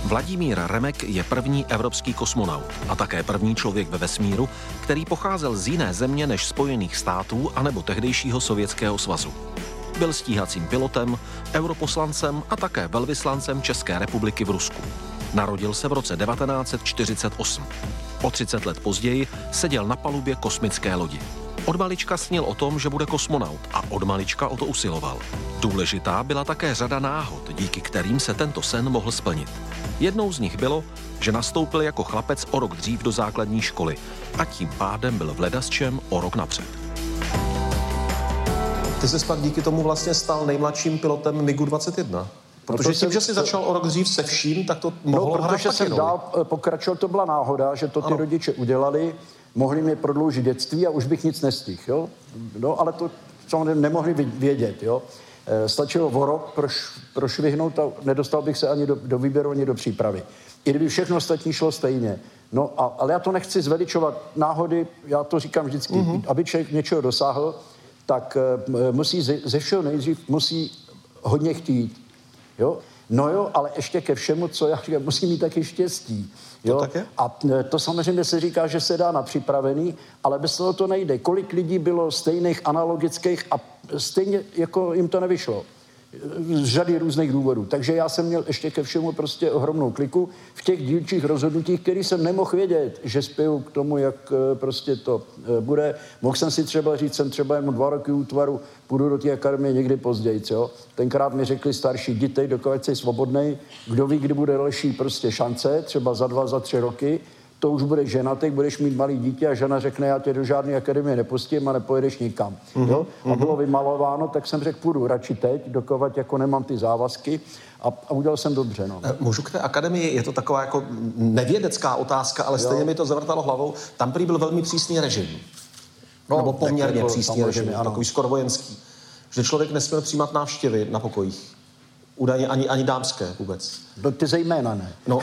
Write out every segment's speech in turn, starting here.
Vladimír Remek je první evropský kosmonaut a také první člověk ve vesmíru, který pocházel z jiné země než Spojených států anebo tehdejšího Sovětského svazu. Byl stíhacím pilotem, europoslancem a také velvyslancem České republiky v Rusku. Narodil se v roce 1948. O 30 let později seděl na palubě kosmické lodi. Od malička snil o tom, že bude kosmonaut a od malička o to usiloval. Důležitá byla také řada náhod, díky kterým se tento sen mohl splnit. Jednou z nich bylo, že nastoupil jako chlapec o rok dřív do základní školy a tím pádem byl v ledasčem o rok napřed. Ty jsi pak díky tomu vlastně stal nejmladším pilotem MiGu-21. Protože tím, že jsi začal o rok dřív se vším, tak to mohlo hrát protože jsem dál pokračoval, to byla náhoda, že to ty rodiče udělali, mohli mi prodloužit dětství a už bych nic nestihl, jo? No, ale to samozřejmě nemohli vědět, jo? Stačilo o rok prošvihnout a nedostal bych se ani do výběru, ani do přípravy. I kdyby všechno ostatní šlo stejně. No, ale já to nechci zveličovat náhody, já to říkám vždycky, aby člověk něčeho dosáhl, tak musí ze všeho nejdřív hodně chtít. Jo? No jo, ale ještě ke všemu, co já říkám, musí mít taky štěstí. Jo? To tak je? A to samozřejmě se říká, že se dá na připravený, ale bez toho to nejde. Kolik lidí bylo stejných, analogických a stejně jako jim to nevyšlo. Z řady různých důvodů. Takže já jsem měl ještě ke všemu prostě ohromnou kliku v těch dílčích rozhodnutích, který jsem nemohl vědět, že spěju k tomu, jak prostě to bude. Mohl jsem si třeba říct, jsem třeba jenom 2 roky útvaru, půjdu do té akademie někdy později, jo. Tenkrát mi řekli starší, jděte, dokud jsi svobodnej, kdo ví, kdy bude další prostě šance, třeba za 2, za 3 roky, to už budeš ženatý, budeš mít malý dítě a žena řekne, já tě do žádné akademie nepustím a nepojedeš nikam. Jo? A bylo vymalováno, tak jsem řekl, půjdu radši teď, dokovat jako nemám ty závazky a udělal jsem dobře. No. Můžu k té akademii, je to taková jako nevědecká otázka, ale stejně mi to zavrtalo hlavou. Tam prý byl velmi přísný režim. No, nebo poměrně přísný režim, takový skoro vojenský. Že člověk nesměl přijímat návštěvy na pokojích. Údajně ani dámské vůbec. No ty zejména ne. No,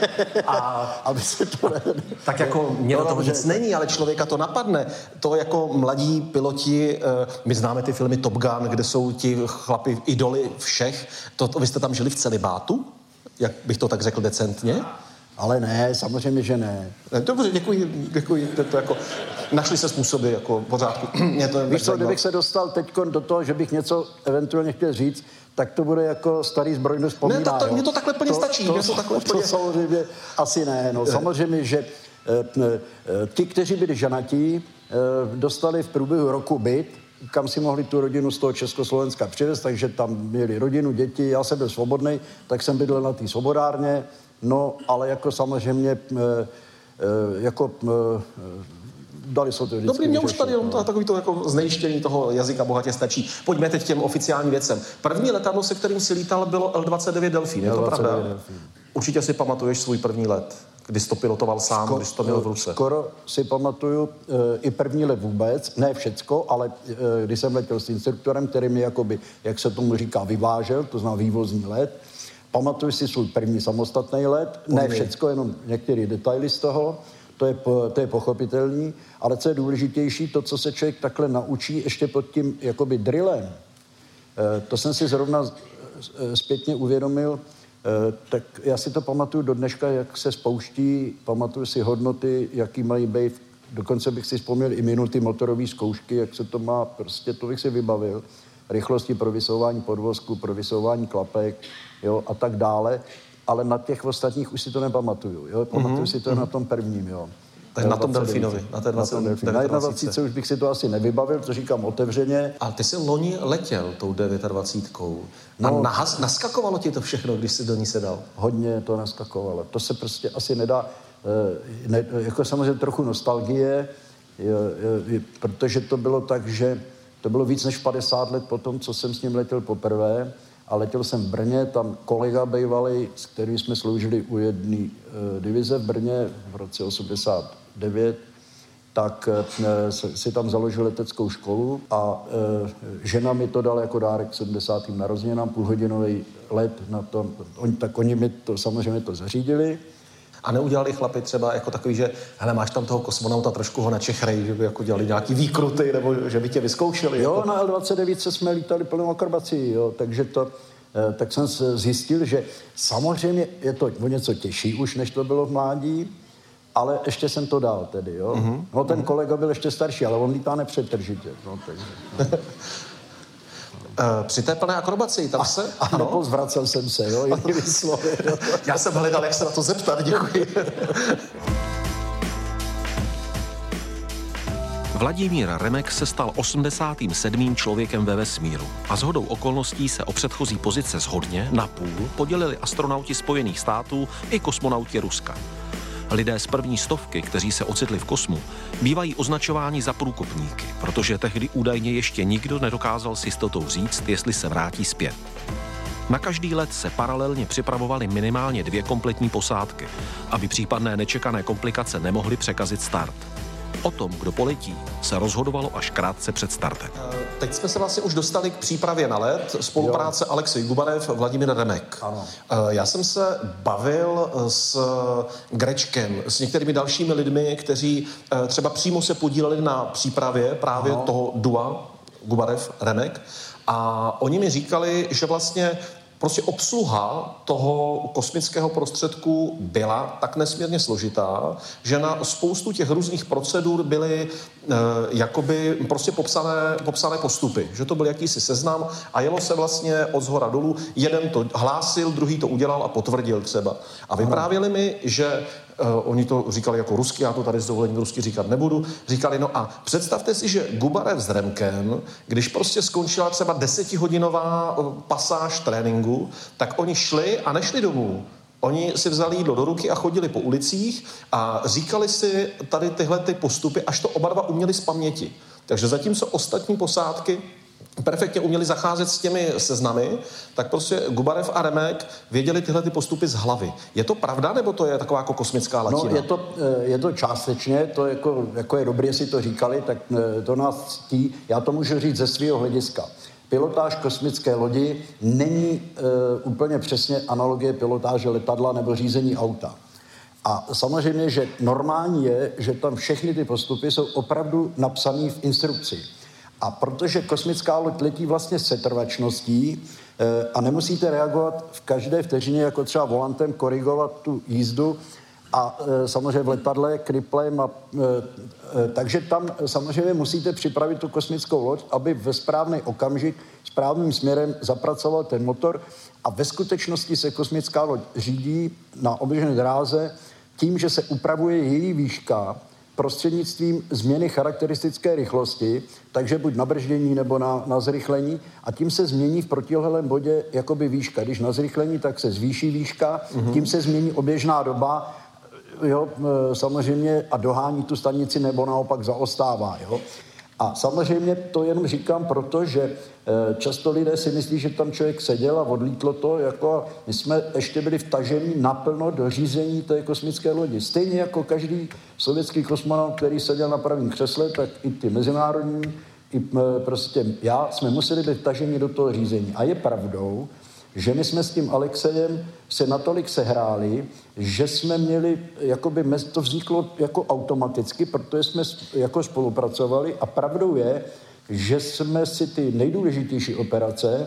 aby se to... Tak jako mě do toho nic není, ale člověka to napadne. To jako mladí piloti, my známe ty filmy Top Gun, kde jsou ti chlapi idoly všech. Vy jste tam žili v celibátu? Jak bych to tak řekl decentně? Ale ne, samozřejmě, že ne. Dobře, děkuji. To jako, našli se způsoby jako pořádku. Víš co, kdybych se dostal teď do toho, že bych něco eventuálně chtěl říct, tak to bude jako starý zbrojný vzpomíná. Ne, mně to takhle plně stačí. To samozřejmě asi ne. No, samozřejmě, že ti, kteří byli ženatí, dostali v průběhu roku byt, kam si mohli tu rodinu z toho Československa přivést, takže tam měli rodinu, děti, já jsem byl svobodnej, tak jsem bydlel na té svobodárně, no, ale jako samozřejmě dali se to vždycky. Dobrý, mě už tady takový to jako znejištění toho jazyka bohatě stačí. Pojďme teď k těm oficiálním věcem. První letadlo, se kterým si lítal, bylo L-29 Delfín, je to pravda? Určitě si pamatuješ svůj první let, kdy jsi to pilotoval sám, když to měl v ruce. Skoro si pamatuju i první let vůbec, ne všecko, ale když jsem letěl s instruktorem, který mi jakoby, jak se tomu říká, vyvážel, to znamená vývozní let. Pamatuju si svůj první samostatný let, ne všecko, jenom některé detaily z toho. To je pochopitelný, ale co je důležitější, to, co se člověk takhle naučí ještě pod tím jakoby drillem, to jsem si zrovna zpětně uvědomil, tak já si to pamatuju do dneška, jak se spouští, pamatuju si hodnoty, jaký mají být, dokonce bych si vzpomněl i minuty motorové zkoušky, jak se to má, prostě to bych si vybavil, rychlosti pro vysouvání podvozku, pro vysouvání klapek, jo, a tak dále. Ale na těch ostatních už si to nepamatuju, jo? Pamatuju si to na tom prvním, jo. Tak na tom Delfínovi, na té 20. Na 21 už bych si to asi nevybavil, to říkám otevřeně. Ale ty jsi loni letěl tou 29. A naskakovalo ti to všechno, když jsi do ní sedal? Hodně to naskakovalo. To se prostě asi nedá, jako samozřejmě trochu nostalgie, protože to bylo tak, že to bylo víc než 50 let po tom, co jsem s ním letěl poprvé. A letěl jsem v Brně, tam kolega bývalý, s kterým jsme sloužili u jedné divize v Brně v roce 89, tak si tam založil leteckou školu a žena mi to dala jako dárek k 70. narozeninám, půlhodinový let na tom. Tak oni mi to samozřejmě to zařídili. A neudělali chlapi třeba jako takový, že hele, máš tam toho kosmonauta, trošku ho načechrej, že by jako dělali nějaký výkruty, nebo že by tě vyzkoušeli? Jo, jako... na L-29 jsme lítali plnou akrobací, jo, takže tak jsem zjistil, že samozřejmě je to o něco těžší už, než to bylo v mládí, ale ještě jsem to dal tedy, jo. No ten kolega byl ještě starší, ale on lítá nepřetržitě, no, takže. Při té plné akrobaci tam se... Ano, pozvracel jsem se, jo, jinými slovy. Já jsem hledal, jak se na to zeptat, děkuji. Vladimír Remek se stal 87. člověkem ve vesmíru a shodou okolností se o předchozí pozice shodně na půl podělili astronauti Spojených států i kosmonauti Ruska. Lidé z první stovky, kteří se ocitli v kosmu, bývají označováni za průkopníky, protože tehdy údajně ještě nikdo nedokázal s jistotou říct, jestli se vrátí zpět. Na každý let se paralelně připravovaly minimálně 2 kompletní posádky, aby případné nečekané komplikace nemohly překazit start. O tom, kdo poletí, se rozhodovalo až krátce před startem. Teď jsme se vlastně už dostali k přípravě na let. Spolupráce Alexej Gubarev, Vladimír Remek. Ano. Já jsem se bavil s Grečkem, s některými dalšími lidmi, kteří třeba přímo se podíleli na přípravě právě toho dua Gubarev-Remek. A oni mi říkali, že vlastně prostě obsluha toho kosmického prostředku byla tak nesmírně složitá, že na spoustu těch různých procedur byly jakoby prostě popsané postupy. Že to byl jakýsi seznam a jelo se vlastně od zhora dolů. Jeden to hlásil, druhý to udělal a potvrdil třeba. A vyprávěli mi, že oni to říkali jako rusky, já to tady s dovolením rusky říkat nebudu, říkali, no a představte si, že Gubarev s Remkem, když prostě skončila třeba 10hodinová pasáž tréninku, tak oni šli a nešli domů. Oni si vzali jídlo do ruky a chodili po ulicích a říkali si tady tyhle ty postupy, až to oba dva uměli z paměti. Takže zatímco ostatní posádky perfektně uměli zacházet s těmi seznamy, tak prostě Gubarev a Remek věděli tyhle ty postupy z hlavy. Je to pravda, nebo to je taková jako kosmická latina? No, je to částečně, to jako je dobré, jestli to říkali, tak to nás ctí. Já to můžu říct ze svého hlediska. Pilotáž kosmické lodi není úplně přesně analogie pilotáže letadla nebo řízení auta. A samozřejmě, že normální je, že tam všechny ty postupy jsou opravdu napsané v instrukci. A protože kosmická loď letí vlastně setrvačností a nemusíte reagovat v každé vteřině, jako třeba volantem, korigovat tu jízdu a samozřejmě v letadle, kriplem takže tam samozřejmě musíte připravit tu kosmickou loď, aby ve správný okamžik správným směrem zapracoval ten motor a ve skutečnosti se kosmická loď řídí na oběžné dráze tím, že se upravuje její výška prostřednictvím změny charakteristické rychlosti, takže buď na brždění nebo na zrychlení a tím se změní v protilehlém bodě jakoby výška. Když na zrychlení, tak se zvýší výška, tím se změní oběžná doba, jo, samozřejmě a dohání tu stanici nebo naopak zaostává, jo. A samozřejmě to jenom říkám proto, že často lidé si myslí, že tam člověk seděl a odlítlo to, jako my jsme ještě byli vtaženi naplno do řízení té kosmické lodi. Stejně jako každý sovětský kosmonaut, který seděl na pravém křesle, tak i ty mezinárodní, i prostě já, jsme museli být vtaženi do toho řízení. A je pravdou, že my jsme s tím Alexejem se natolik sehráli, že jsme měli, jakoby to vzniklo jako automaticky, protože jsme jako spolupracovali a pravdou je, že jsme si ty nejdůležitější operace,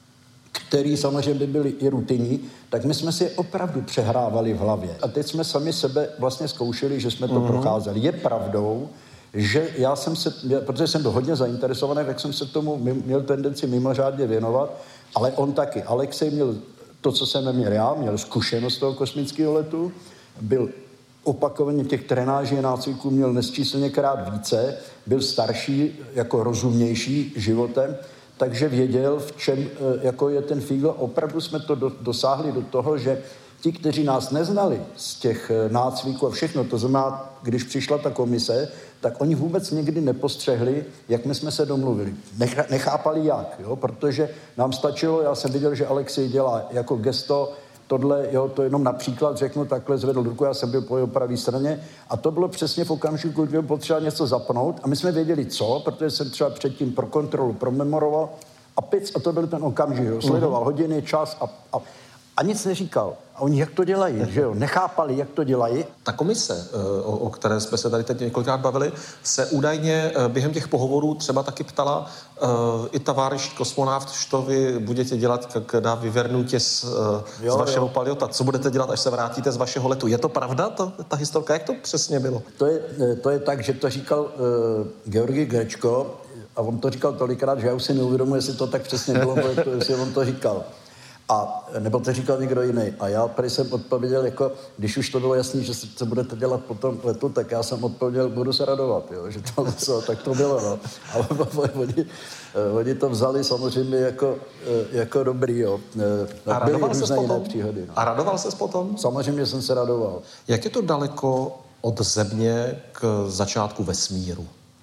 které samozřejmě byly i rutinní, tak my jsme si je opravdu přehrávali v hlavě. A teď jsme sami sebe vlastně zkoušeli, že jsme to procházeli. Je pravdou, že protože jsem byl hodně zainteresovaný, tak jsem se tomu měl tendenci mimořádně věnovat, ale on taky. Alexej měl to, co jsem neměl já, měl zkušenost toho kosmického letu, byl opakovaně těch trenáží a nácviků měl nesčíslněkrát více, byl starší, jako rozumnější životem, takže věděl, v čem jako je ten fígl. Opravdu jsme to dosáhli do toho, že ti, kteří nás neznali z těch nácviků a všechno, to znamená, když přišla ta komise, tak oni vůbec nikdy nepostřehli, jak my jsme se domluvili. Nechápali jak, jo? Protože nám stačilo, já jsem viděl, že Alexej dělá jako gesto, tohle, jo, to jenom například řeknu, takhle zvedl ruku, já jsem byl po jeho pravé straně a to bylo přesně v okamžiku, kdy byl potřeba něco zapnout a my jsme věděli co, protože jsem třeba předtím pro kontrolu promemoroval a to byl ten okamžik, jo, sledoval hodiny, čas A nic neříkal. A oni jak to dělají, že jo? Nechápali, jak to dělají. Ta komise, o které jsme se tady teď několikrát bavili, se údajně během těch pohovorů třeba taky ptala i taváriš kosmonaut, što vy budete dělat, kada vyvernutě z vašeho paliota. Co budete dělat, až se vrátíte z vašeho letu? Je to pravda, ta historka? Jak to přesně bylo? To je tak, že to říkal Georgij Grečko a on to říkal tolikrát, že já už si neuvědomuji, jestli to tak přesně bylo, jestli on to říkal. A nebo to říkal někdo jiný. A já prý jsem odpověděl, jako, když už to bylo jasný, že co budete dělat po tom letu, tak já jsem odpověděl, budu se radovat, jo, že to, tak to bylo, no. Ale oni to vzali samozřejmě jako dobrý, jo. A radoval ses potom? Příhody, no. A radoval ses potom? Samozřejmě jsem se radoval. Jak je to daleko od Země k začátku vesmíru?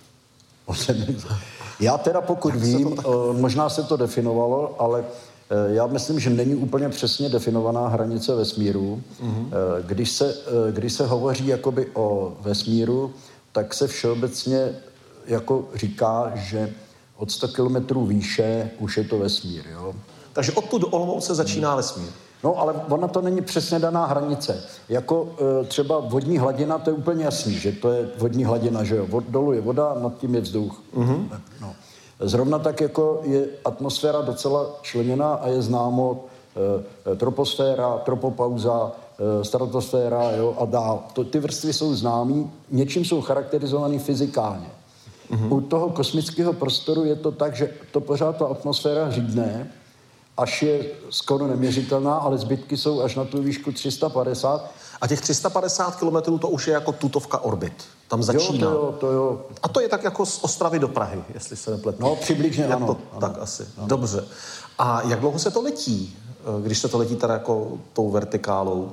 Já teda pokud vím, možná se to definovalo, ale já myslím, že není úplně přesně definovaná hranice vesmíru. Když se hovoří jakoby o vesmíru, tak se všeobecně jako říká, že od 100 kilometrů výše už je to vesmír. Jo? Takže odtud do Olomouce začíná vesmír. No, ale ona to není přesně daná hranice. Jako třeba vodní hladina, to je úplně jasný, že to je vodní hladina, že jo. Dolů je voda, nad tím je vzduch. No. Zrovna tak, jako je atmosféra docela členěná a je známo troposféra, tropopauza, stratosféra, jo, a dál. Ty vrstvy jsou známý, něčím jsou charakterizovaný fyzikálně. U toho kosmického prostoru je to tak, že to pořád ta atmosféra řídne, až je skoro neměřitelná, ale zbytky jsou až na tu výšku 350. A těch 350 kilometrů to už je jako tutovka orbit. Tam začíná. To jo. A to je tak jako z Ostravy do Prahy, jestli se nepletu. No, přibližně ano. Tak asi. Ano. Dobře. A jak dlouho se to letí, když se to letí teda jako tou vertikálou?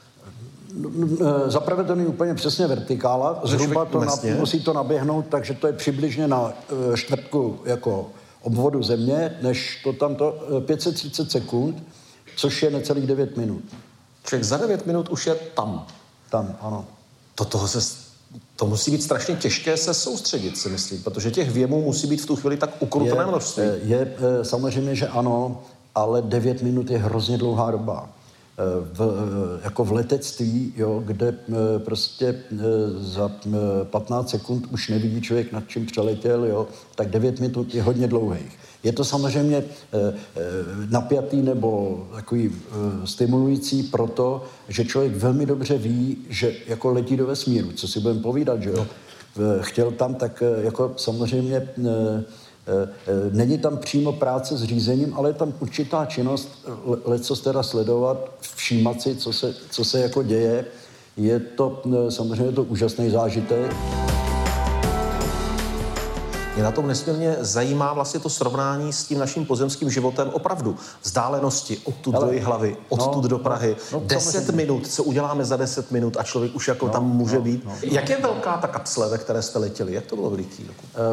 Zaprvé to není úplně přesně vertikála. Zhruba to musí to naběhnout, takže to je přibližně na čtvrtku jako obvodu Země, než to tamto 530 sekund, což je necelých 9 minut. Člověk za 9 minut už je tam. Tam, ano. To musí být strašně těžké se soustředit, si myslím, protože těch věmů musí být v tu chvíli tak ukrutené množství. Je samozřejmě, že ano, ale 9 minut je hrozně dlouhá doba. Jako v letectví, jo, kde prostě za 15 sekund už nevidí člověk, nad čím přeletěl, jo, tak 9 minut je hodně dlouhých. Je to samozřejmě napjatý nebo takový stimulující proto, že člověk velmi dobře ví, že jako letí do vesmíru, co si budeme povídat, že jo. Chtěl tam, tak jako samozřejmě není tam přímo práce s řízením, ale je tam určitá činnost, lecos teda sledovat, všímat si, co se jako děje. Je to samozřejmě to úžasný zážitek. Mě na tom nesmírně zajímá vlastně to srovnání s tím naším pozemským životem opravdu. Vzdálenosti odtud do Jihlavy, odtud do Prahy. 10 minut, co uděláme za 10 minut a člověk už jako tam může být. Jak je velká ta kapsle, ve které jste letěli? Jak to bylo veliký?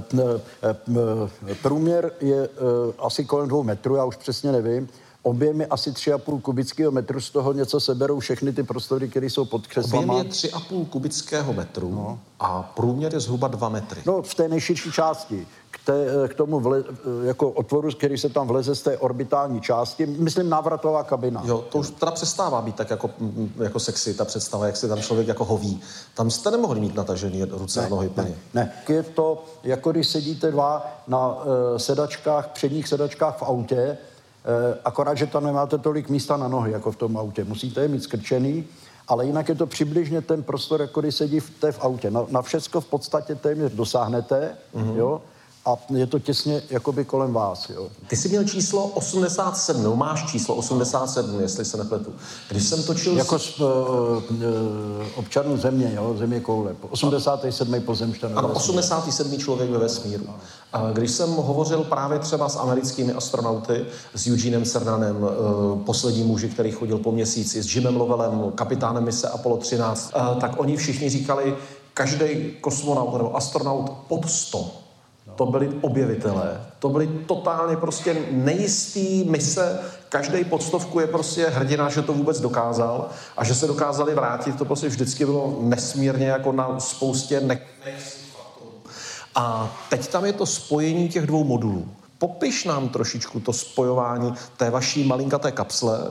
Průměr je asi kolem 2 metrů, já už přesně nevím. Objem je asi 3,5 kubického metru, z toho něco seberou všechny ty prostory, které jsou pod křeslama. Objem je 3,5 kubického metru a průměr je zhruba 2 metry. No, v té nejširší části. K tomu jako otvoru, který se tam vleze z té orbitální části, myslím návratová kabina. Jo, to už teda přestává být tak jako sexy, ta představa, jak se tam člověk jako hoví. Tam jste nemohli mít natažený ruce a nohy plně. Ne, je to, jako když sedíte dva na sedačkách, předních sedačkách v autě, akorát, že tam nemáte tolik místa na nohy, jako v tom autě. Musíte je mít skrčený, ale jinak je to přibližně ten prostor, jako když sedíte v autě. Na všecko v podstatě téměř dosáhnete, jo, a je to těsně jakoby kolem vás, jo. Ty jsi měl číslo 87, no máš číslo 87, jestli se nepletu. Když jsem točil... Jako občanů Země, jo, Země koule. 87. pozemšťan. Ano, 87. člověk ve vesmíru. A když jsem hovořil právě třeba s americkými astronauty, s Eugenem Cernanem, poslední muži, který chodil po měsíci, s Jimem Lovellem, kapitánem mise Apollo 13, tak oni všichni říkali, každý kosmonaut nebo astronaut pod 100. To byli objevitelé. To byly totálně prostě nejistý mise. Každý pod 100 je prostě hrdina, že to vůbec dokázal a že se dokázali vrátit. To prostě vždycky bylo nesmírně jako na spoustě nejistých faktorů. A teď tam je to spojení těch dvou modulů. Popiš nám trošičku to spojování té vaší malinkaté kapsle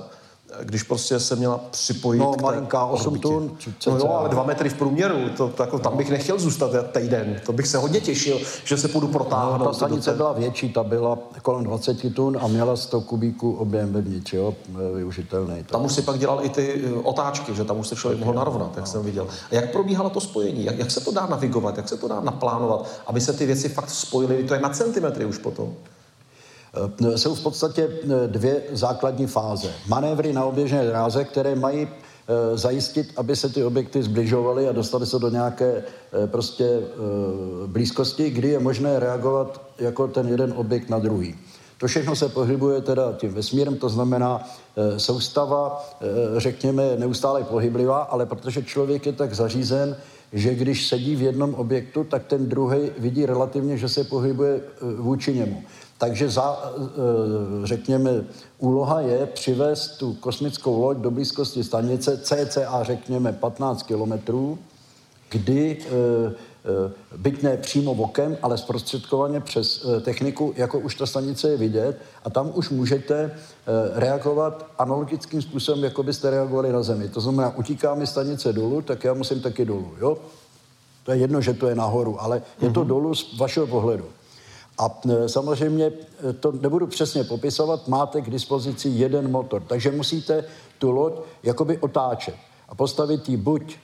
když prostě se měla připojit k té malinká 8 tun. No jo, ale 2 metry v průměru, to jako, tam bych nechtěl zůstat týden. To bych se hodně těšil, že se půjdu protáhnout. Ta stanice byla větší, ta byla kolem 20 tun a měla 100 kubíků objem vevnitř, jo, využitelný. Tam už si pak dělal i ty otáčky, že tam už se člověk mohl narovnat, jak jsem viděl. A jak probíhalo to spojení? Jak se to dá navigovat? Jak se to dá naplánovat, aby se ty věci fakt spojily? To je na centimetry už potom. Jsou v podstatě 2 základní fáze. Manévry na oběžné dráze, které mají zajistit, aby se ty objekty zbližovaly a dostaly se do nějaké prostě blízkosti, kdy je možné reagovat jako ten jeden objekt na druhý. To všechno se pohybuje teda tím vesmírem, to znamená soustava, řekněme, neustále pohyblivá, ale protože člověk je tak zařízen, že když sedí v jednom objektu, tak ten druhý vidí relativně, že se pohybuje vůči němu. Takže řekněme, úloha je přivést tu kosmickou loď do blízkosti stanice cca, řekněme, 15 kilometrů, kdy, byť ne přímo vokem, ale zprostředkovaně přes techniku, jako už ta stanice je vidět, a tam už můžete reagovat analogickým způsobem, jako byste reagovali na Zemi. To znamená, utíká mi stanice dolů, tak já musím taky dolů, jo? To je jedno, že to je nahoru, ale je to dolů z vašeho pohledu. A samozřejmě to nebudu přesně popisovat, máte k dispozici jeden motor, takže musíte tu loď jakoby otáčet a postavit ji buď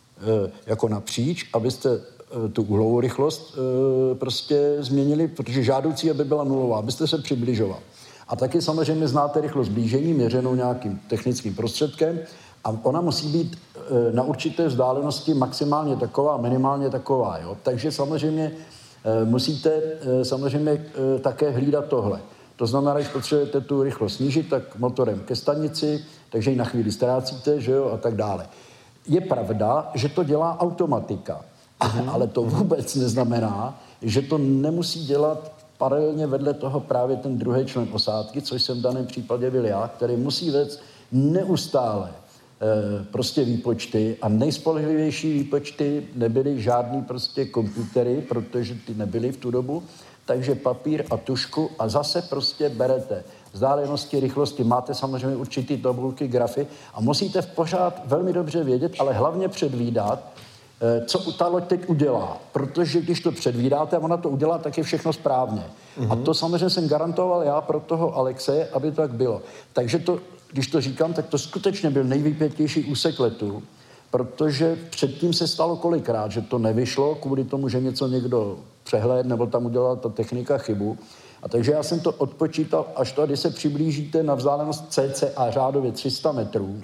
jako napříč, abyste tu úhlovou rychlost prostě změnili, protože žádoucí, aby byla nulová, abyste se přibližoval. A taky samozřejmě znáte rychlost blížení, měřenou nějakým technickým prostředkem, a ona musí být na určité vzdálenosti maximálně taková, minimálně taková, jo. Takže samozřejmě musíte samozřejmě také hlídat tohle. To znamená, když potřebujete tu rychlost snížit, tak motorem ke stanici, takže ji na chvíli ztrácíte, že jo, a tak dále. Je pravda, že to dělá automatika, ale to vůbec neznamená, že to nemusí dělat paralelně vedle toho právě ten druhý člen osádky, což jsem v daném případě byl já, který musí vést neustále prostě výpočty a nejspolehlivější výpočty nebyly žádný prostě počítače, protože ty nebyly v tu dobu, takže papír a tužku a zase prostě berete vzdálenosti, rychlosti, máte samozřejmě určitý tabulky, grafy a musíte pořád velmi dobře vědět, ale hlavně předvídat, co ta loď teď udělá, protože když to předvídáte a ona to udělá, tak je všechno správně. A to samozřejmě jsem garantoval já pro toho Alexeje, aby to tak bylo. Takže to, když to říkám, tak to skutečně byl nejvypětější úsek letu, protože předtím se stalo kolikrát, že to nevyšlo kvůli tomu, že něco někdo přehlédl nebo tam udělala ta technika chybu. A takže já jsem to odpočítal, až to, když se přiblížíte na vzdálenost cca řádově 300 metrů,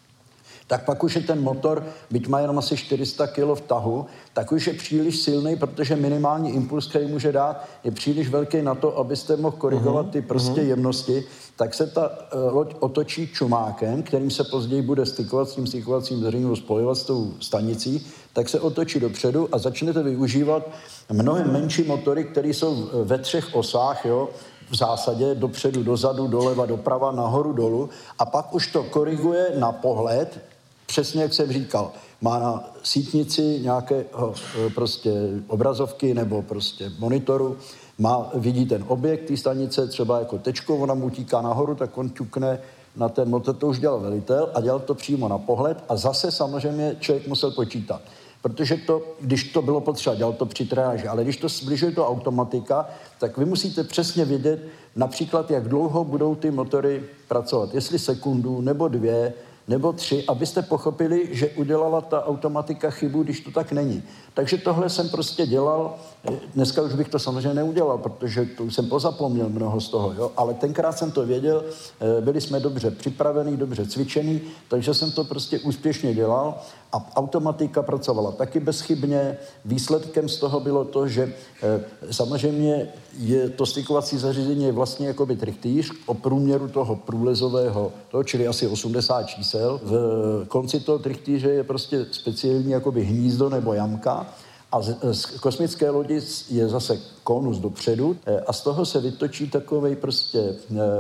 tak pak už je ten motor, byť má jenom asi 400 kg v tahu, tak už je příliš silný, protože minimální impuls, který může dát, je příliš velký na to, abyste mohl korigovat ty prostě jemnosti, tak se ta loď otočí čumákem, kterým se později bude stykovat s tím stykovacím zařízením, spojovat s tou stanicí, tak se otočí dopředu a začnete využívat mnohem menší motory, které jsou ve 3 osách, jo, v zásadě dopředu, dozadu, doleva, doprava, nahoru, dolů a pak už to koriguje na pohled, přesně jak jsem říkal, má na sítnici nějaké prostě obrazovky nebo prostě monitoru, vidí ten objekt té stanice, třeba jako tečku, ona mu utíká nahoru, tak on ťukne na ten motor, to už dělal velitel a dělal to přímo na pohled a zase samozřejmě člověk musel počítat. Protože to, když to bylo potřeba, dělal to při triáži, ale když to zbližuje to automatika, tak vy musíte přesně vědět například, jak dlouho budou ty motory pracovat. Jestli sekundu, nebo 2, nebo 3, abyste pochopili, že udělala ta automatika chybu, když to tak není. Takže tohle jsem prostě dělal, dneska už bych to samozřejmě neudělal, protože to už jsem pozapomněl mnoho z toho, jo? Ale tenkrát jsem to věděl, byli jsme dobře připravení, dobře cvičení, takže jsem to prostě úspěšně dělal a automatika pracovala taky bezchybně. Výsledkem z toho bylo to, že samozřejmě je to stykovací zařízení je vlastně jakoby trichtýř o průměru toho průlezového, čili asi 80 čísel. V konci toho trichtýře je prostě speciální jakoby hnízdo nebo jamka a z kosmické lodi je zase konus dopředu a z toho se vytočí takovej prostě,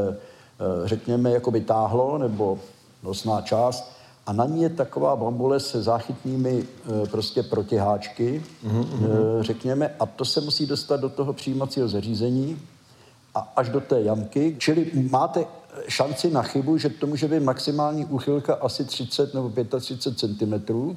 řekněme, jakoby táhlo nebo nosná část a na ní je taková bambule se záchytnými prostě protiháčky, řekněme, a to se musí dostat do toho přijímacího zařízení a až do té jamky, čili máte šanci na chybu, že to může být maximální úchylka asi 30 nebo 35 cm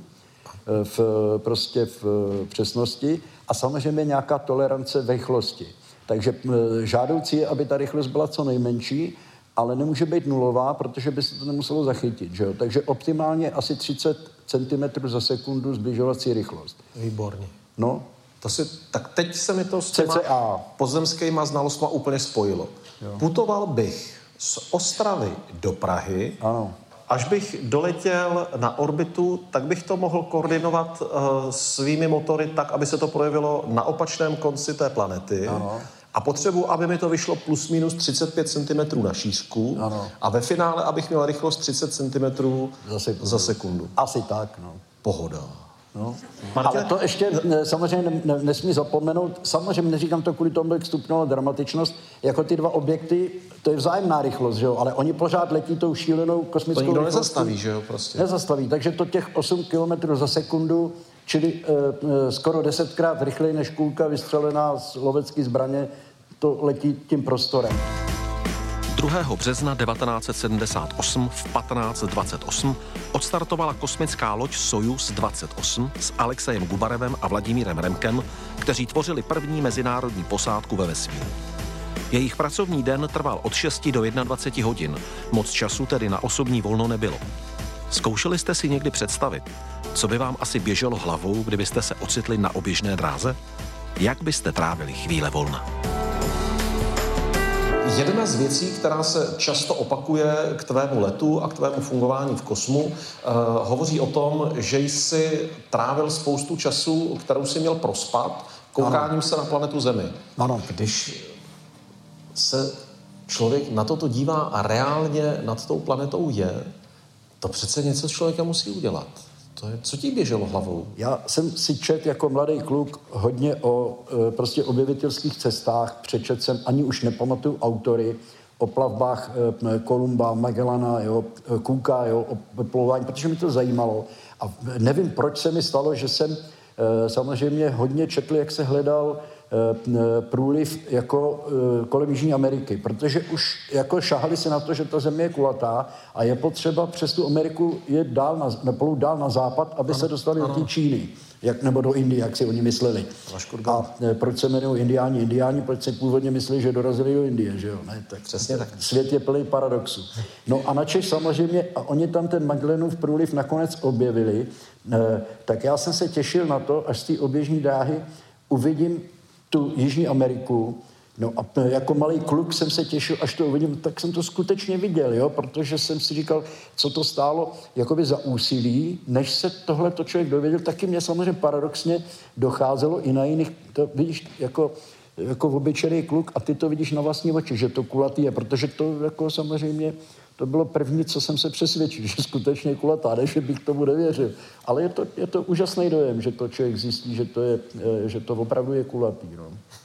v přesnosti a samozřejmě nějaká tolerance ve rychlosti. Takže žádoucí je, aby ta rychlost byla co nejmenší, ale nemůže být nulová, protože by se to nemuselo zachytit. Že jo? Takže optimálně asi 30 cm za sekundu zbližovací rychlost. Výborně. No. Tak teď se mi to s těma pozemskýma znalostma úplně spojilo. Jo. Putoval bych z Ostravy do Prahy. Ano. Až bych doletěl na orbitu, tak bych to mohl koordinovat svými motory tak, aby se to projevilo na opačném konci té planety. Ano. A potřebuji, aby mi to vyšlo plus minus 35 cm na šířku. Ano. A ve finále, abych měl rychlost 30 cm za sekundu. Asi tak, no. Pohoda. No. Ale to ještě samozřejmě nesmí zapomenout, samozřejmě neříkám to kvůli tomu, jak stupňovala dramatičnost, jako ty dva objekty, to je vzájemná rychlost, že jo, ale oni pořád letí tou šílenou kosmickou rychlostí. To nikdo nezastaví, že jo, prostě. Nezastaví, takže to těch 8 km za sekundu, čili skoro 10krát rychleji než kulka vystřelená z lovecké zbraně, to letí tím prostorem. 2. března 1978 v 15:28 odstartovala kosmická loď Sojuz 28 s Alexejem Gubarevem a Vladimírem Remkem, kteří tvořili první mezinárodní posádku ve vesmíru. Jejich pracovní den trval od 6 do 21 hodin, moc času tedy na osobní volno nebylo. Zkoušeli jste si někdy představit, co by vám asi běželo hlavou, kdybyste se ocitli na oběžné dráze? Jak byste trávili chvíle volna? Jedna z věcí, která se často opakuje k tvému letu a k tvému fungování v kosmu, hovoří o tom, že jsi trávil spoustu času, kterou jsi měl prospat, koukáním se na planetu Zemi. Ano. Když se člověk na toto dívá a reálně nad tou planetou je, to přece něco s člověkem musí udělat. Co ti běželo hlavou? Já jsem si četl jako mladý kluk hodně o prostě objevitelských cestách. Přečetl jsem, ani už nepamatuju autory, o plavbách Kolumba, Magellana, jo, Cooka, jo, o plování, protože mi to zajímalo. A nevím, proč se mi stalo, že jsem samozřejmě hodně četl, jak se hledal průliv jako kolem Jižní Ameriky, protože už jako šahali se na to, že ta země je kulatá a je potřeba přes tu Ameriku jet dál na západ, aby se dostali do té Číny, nebo do Indie, jak si oni mysleli. A proč se jmenují Indiáni, proč se původně mysleli, že dorazili do Indie, že jo? Ne, tak přesně tak. Svět je plný paradoxů. No a načež samozřejmě, a oni tam ten Magellanův průliv nakonec objevili, tak já jsem se těšil na to, až z té oběžní dráhy uvidím tu Jižní Ameriku. No a jako malý kluk jsem se těšil, až to uvidím, tak jsem to skutečně viděl, jo, protože jsem si říkal, co to stálo jakoby za úsilí, než se tohleto člověk dověděl, taky mě samozřejmě paradoxně docházelo i na jiných, to vidíš, jako obyčejný kluk a ty to vidíš na vlastní oči, že to kulatý je, protože to jako samozřejmě to bylo první, co jsem se přesvědčil, že skutečně je kulatá, ne, že bych tomu nevěřil. Ale je to úžasný dojem, že to člověk zjistí, že to opravdu je kulatý. No.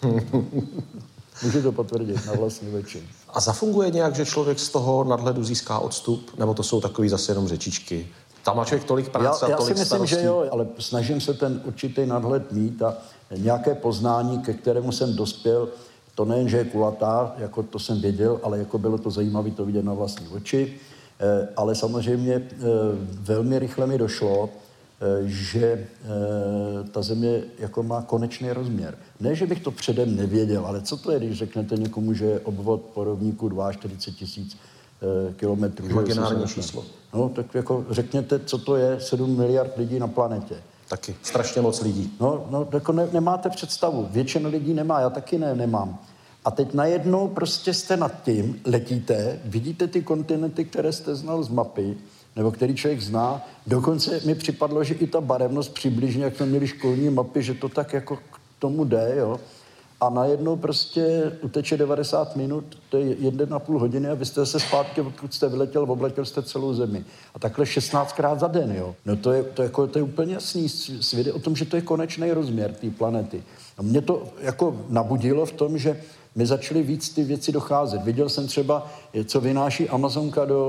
Můžu to potvrdit na vlastní oči. A zafunguje nějak, že člověk z toho nadhledu získá odstup? Nebo to jsou takový zase jenom řečičky? Tam má člověk tolik práce a tolik starostí. Já si myslím, že jo, ale snažím se ten určitý nadhled mít a nějaké poznání, ke kterému jsem dospěl, to nejen, že je kulatá, jako to jsem věděl, ale jako bylo to zajímavé to vidět na vlastní oči, ale samozřejmě velmi rychle mi došlo, že ta země jako má konečný rozměr. Ne, že bych to předem nevěděl, ale co to je, když řeknete někomu, že je obvod po rovníku 42 000 kilometrů. Imaginární číslo. No, tak jako řekněte, co to je 7 miliard lidí na planetě. Taky strašně moc lidí. No jako nemáte představu. Většina lidí nemá, já taky nemám. A teď najednou prostě jste nad tím, letíte, vidíte ty kontinenty, které jste znal z mapy, nebo který člověk zná. Dokonce mi připadlo, že i ta barevnost přibližně, jak jsme měli školní mapy, že to tak jako k tomu jde, jo. A najednou prostě uteče 90 minut, to je 1,5 hodiny a vy jste se zpátky, odkud jste vyletěl, obletěl jste celou zemi. A takhle 16krát za den, jo. No to je úplně jasný svědek o tom, že to je konečný rozměr té planety. A mě to jako nabudilo v tom, že mi začaly víc ty věci docházet. Viděl jsem třeba, co vynáší Amazonka do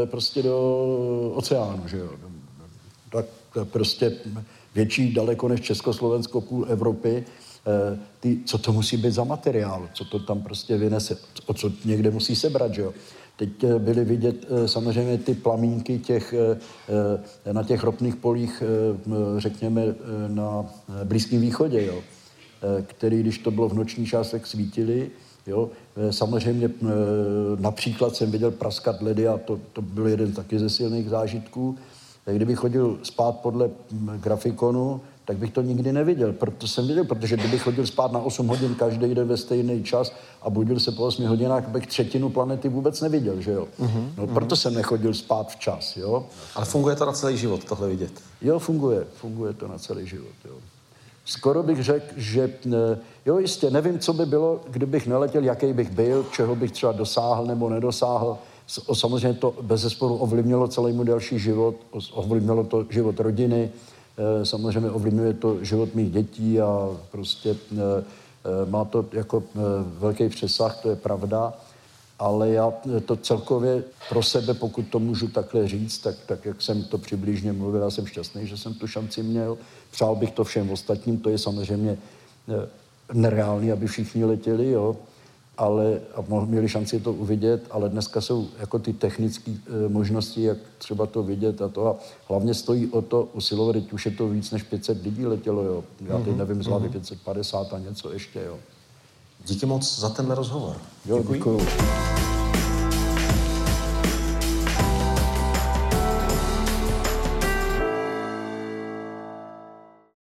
oceánu, že jo. Tak prostě větší daleko než Československo, půl Evropy. Co to musí být za materiál, co to tam prostě vynese, o co někde musí sebrat, že jo. Teď byly vidět samozřejmě ty plamínky na těch ropných polích, řekněme, na Blízkém východě, jo, který, když to bylo v noční částech, svítily. Jo. Samozřejmě například jsem viděl praskat ledy a to byl jeden taky ze silných zážitků. Kdybych chodil spát podle grafikonu, tak bych to nikdy neviděl. Proto jsem viděl, protože kdybych chodil spát na 8 hodin každý den ve stejný čas a budil se po 8 hodinách, bych třetinu planety vůbec neviděl, že jo. No, proto jsem nechodil spát včas, jo. Ale funguje to na celý život, tohle vidět? Jo, funguje to na celý život, jo. Skoro bych řekl, že jo, jistě, nevím, co by bylo, kdybych neletěl, jaký bych byl, čeho bych třeba dosáhl nebo nedosáhl. Samozřejmě to bezesporu ovlivnilo celý můj další život, ovlivnilo to život rodiny, samozřejmě ovlivňuje to život mých dětí a prostě má to jako velký přesah, to je pravda, ale já to celkově pro sebe, pokud to můžu takhle říct, tak jak jsem to přibližně mluvil, já jsem šťastný, že jsem tu šanci měl. Přál bych to všem ostatním, to je samozřejmě nereálný, aby všichni letěli, jo, ale a měli šanci to uvidět, ale dneska jsou jako ty technické možnosti, jak třeba to vidět a to. A hlavně stojí o to usilovat, teď už je to víc než 500 lidí letělo, jo. Já teď nevím, z hlavy 550 a něco ještě, jo. Díky moc za tenhle rozhovor. Jo, děkuju.